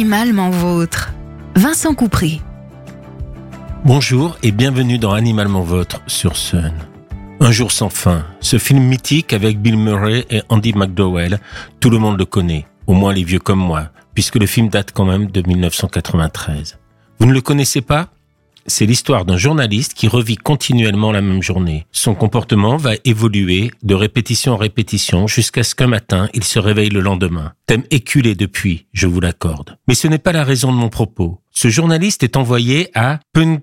Animalement vôtre. Vincent Coupry. Bonjour et bienvenue dans Animalement vôtre sur Sun. Un jour sans fin, ce film mythique avec Bill Murray et Andie MacDowell, tout le monde le connaît, au moins les vieux comme moi, puisque le film date quand même de 1993. Vous ne le connaissez pas ? C'est l'histoire d'un journaliste qui revit continuellement la même journée. Son comportement va évoluer de répétition en répétition jusqu'à ce qu'un matin, il se réveille le lendemain. Thème éculé depuis, je vous l'accorde. Mais ce n'est pas la raison de mon propos. Ce journaliste est envoyé à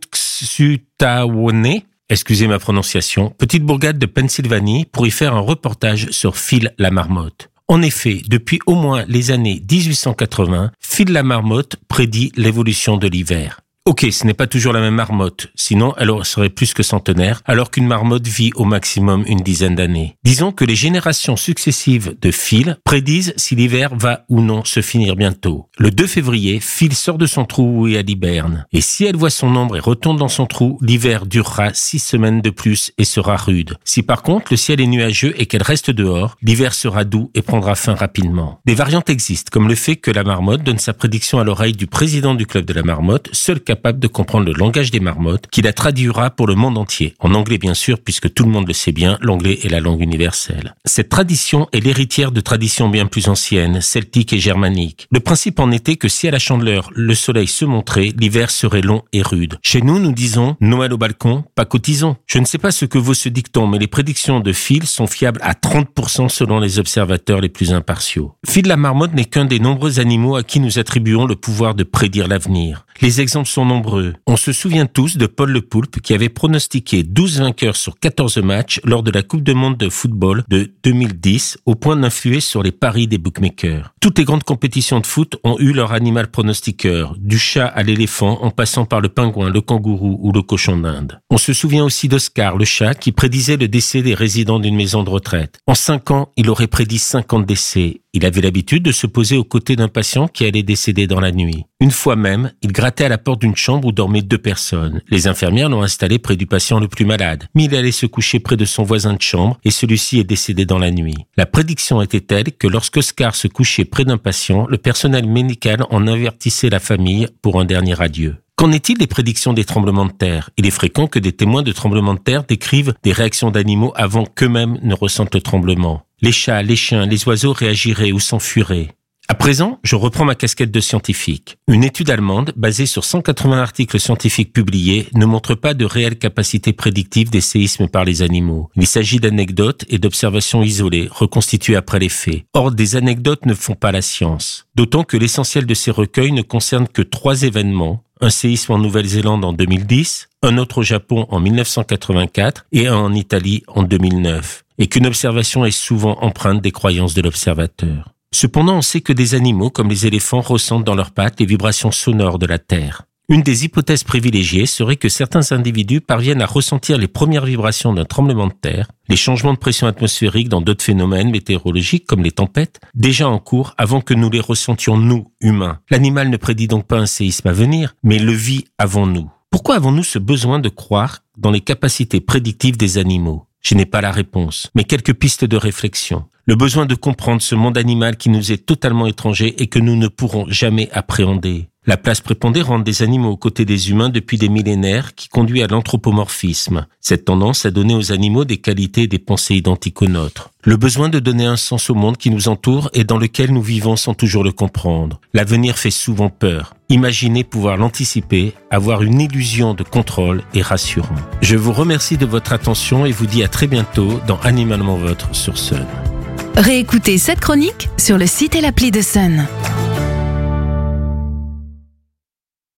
Punxsutawney, excusez ma prononciation, petite bourgade de Pennsylvanie, pour y faire un reportage sur Phil la marmotte. En effet, depuis au moins les années 1880, Phil la marmotte prédit l'évolution de l'hiver. Ok, ce n'est pas toujours la même marmotte, sinon elle serait plus que centenaire, alors qu'une marmotte vit au maximum une dizaine d'années. Disons que les générations successives de Phil prédisent si l'hiver va ou non se finir bientôt. Le 2 février, Phil sort de son trou où elle hiberne. Et si elle voit son ombre et retourne dans son trou, l'hiver durera 6 semaines de plus et sera rude. Si par contre le ciel est nuageux et qu'elle reste dehors, l'hiver sera doux et prendra fin rapidement. Des variantes existent, comme le fait que la marmotte donne sa prédiction à l'oreille du président du club de la marmotte, seul capable de comprendre le langage des marmottes, qui la traduira pour le monde entier. En anglais bien sûr, puisque tout le monde le sait bien, l'anglais est la langue universelle. Cette tradition est l'héritière de traditions bien plus anciennes, celtiques et germaniques. Le principe en était que si à la chandeleur, le soleil se montrait, l'hiver serait long et rude. Chez nous, nous disons Noël au balcon, pas cotisons. Je ne sais pas ce que vaut ce dicton, mais les prédictions de Phil sont fiables à 30% selon les observateurs les plus impartiaux. Phil la marmotte n'est qu'un des nombreux animaux à qui nous attribuons le pouvoir de prédire l'avenir. Les exemples sont nombreux. On se souvient tous de Paul Le Poulpe qui avait pronostiqué 12 vainqueurs sur 14 matchs lors de la Coupe du Monde de football de 2010 au point d'influer sur les paris des bookmakers. Toutes les grandes compétitions de foot ont eu leur animal pronostiqueur, du chat à l'éléphant en passant par le pingouin, le kangourou ou le cochon d'Inde. On se souvient aussi d'Oscar, le chat, qui prédisait le décès des résidents d'une maison de retraite. En 5 ans, il aurait prédit 50 décès. Il avait l'habitude de se poser aux côtés d'un patient qui allait décéder dans la nuit. Une fois même, il grattait à la porte d'une chambre où dormaient 2 personnes. Les infirmières l'ont installé près du patient le plus malade. Mais il allait se coucher près de son voisin de chambre et celui-ci est décédé dans la nuit. La prédiction était telle que lorsqu'Oscar se couchait près d'un patient, le personnel médical en avertissait la famille pour un dernier adieu. Qu'en est-il des prédictions des tremblements de terre ? Il est fréquent que des témoins de tremblements de terre décrivent des réactions d'animaux avant qu'eux-mêmes ne ressentent le tremblement. Les chats, les chiens, les oiseaux réagiraient ou s'enfuiraient. À présent, je reprends ma casquette de scientifique. Une étude allemande, basée sur 180 articles scientifiques publiés, ne montre pas de réelle capacité prédictive des séismes par les animaux. Il s'agit d'anecdotes et d'observations isolées, reconstituées après les faits. Or, des anecdotes ne font pas la science. D'autant que l'essentiel de ces recueils ne concerne que 3 événements. Un séisme en Nouvelle-Zélande en 2010, un autre au Japon en 1984 et un en Italie en 2009. Et qu'une observation est souvent empreinte des croyances de l'observateur. Cependant, on sait que des animaux comme les éléphants ressentent dans leurs pattes les vibrations sonores de la Terre. Une des hypothèses privilégiées serait que certains individus parviennent à ressentir les premières vibrations d'un tremblement de terre, les changements de pression atmosphérique dans d'autres phénomènes météorologiques comme les tempêtes, déjà en cours avant que nous les ressentions nous, humains. L'animal ne prédit donc pas un séisme à venir, mais le vit avant nous. Pourquoi avons-nous ce besoin de croire dans les capacités prédictives des animaux ? Je n'ai pas la réponse, mais quelques pistes de réflexion. Le besoin de comprendre ce monde animal qui nous est totalement étranger et que nous ne pourrons jamais appréhender. La place prépondérante des animaux aux côtés des humains depuis des millénaires qui conduit à l'anthropomorphisme. Cette tendance à donner aux animaux des qualités et des pensées identiques aux nôtres. Le besoin de donner un sens au monde qui nous entoure et dans lequel nous vivons sans toujours le comprendre. L'avenir fait souvent peur. Imaginez pouvoir l'anticiper, avoir une illusion de contrôle est rassurant. Je vous remercie de votre attention et vous dis à très bientôt dans Animalement vôtre sur Sun. Réécoutez cette chronique sur le site et l'appli de Sun.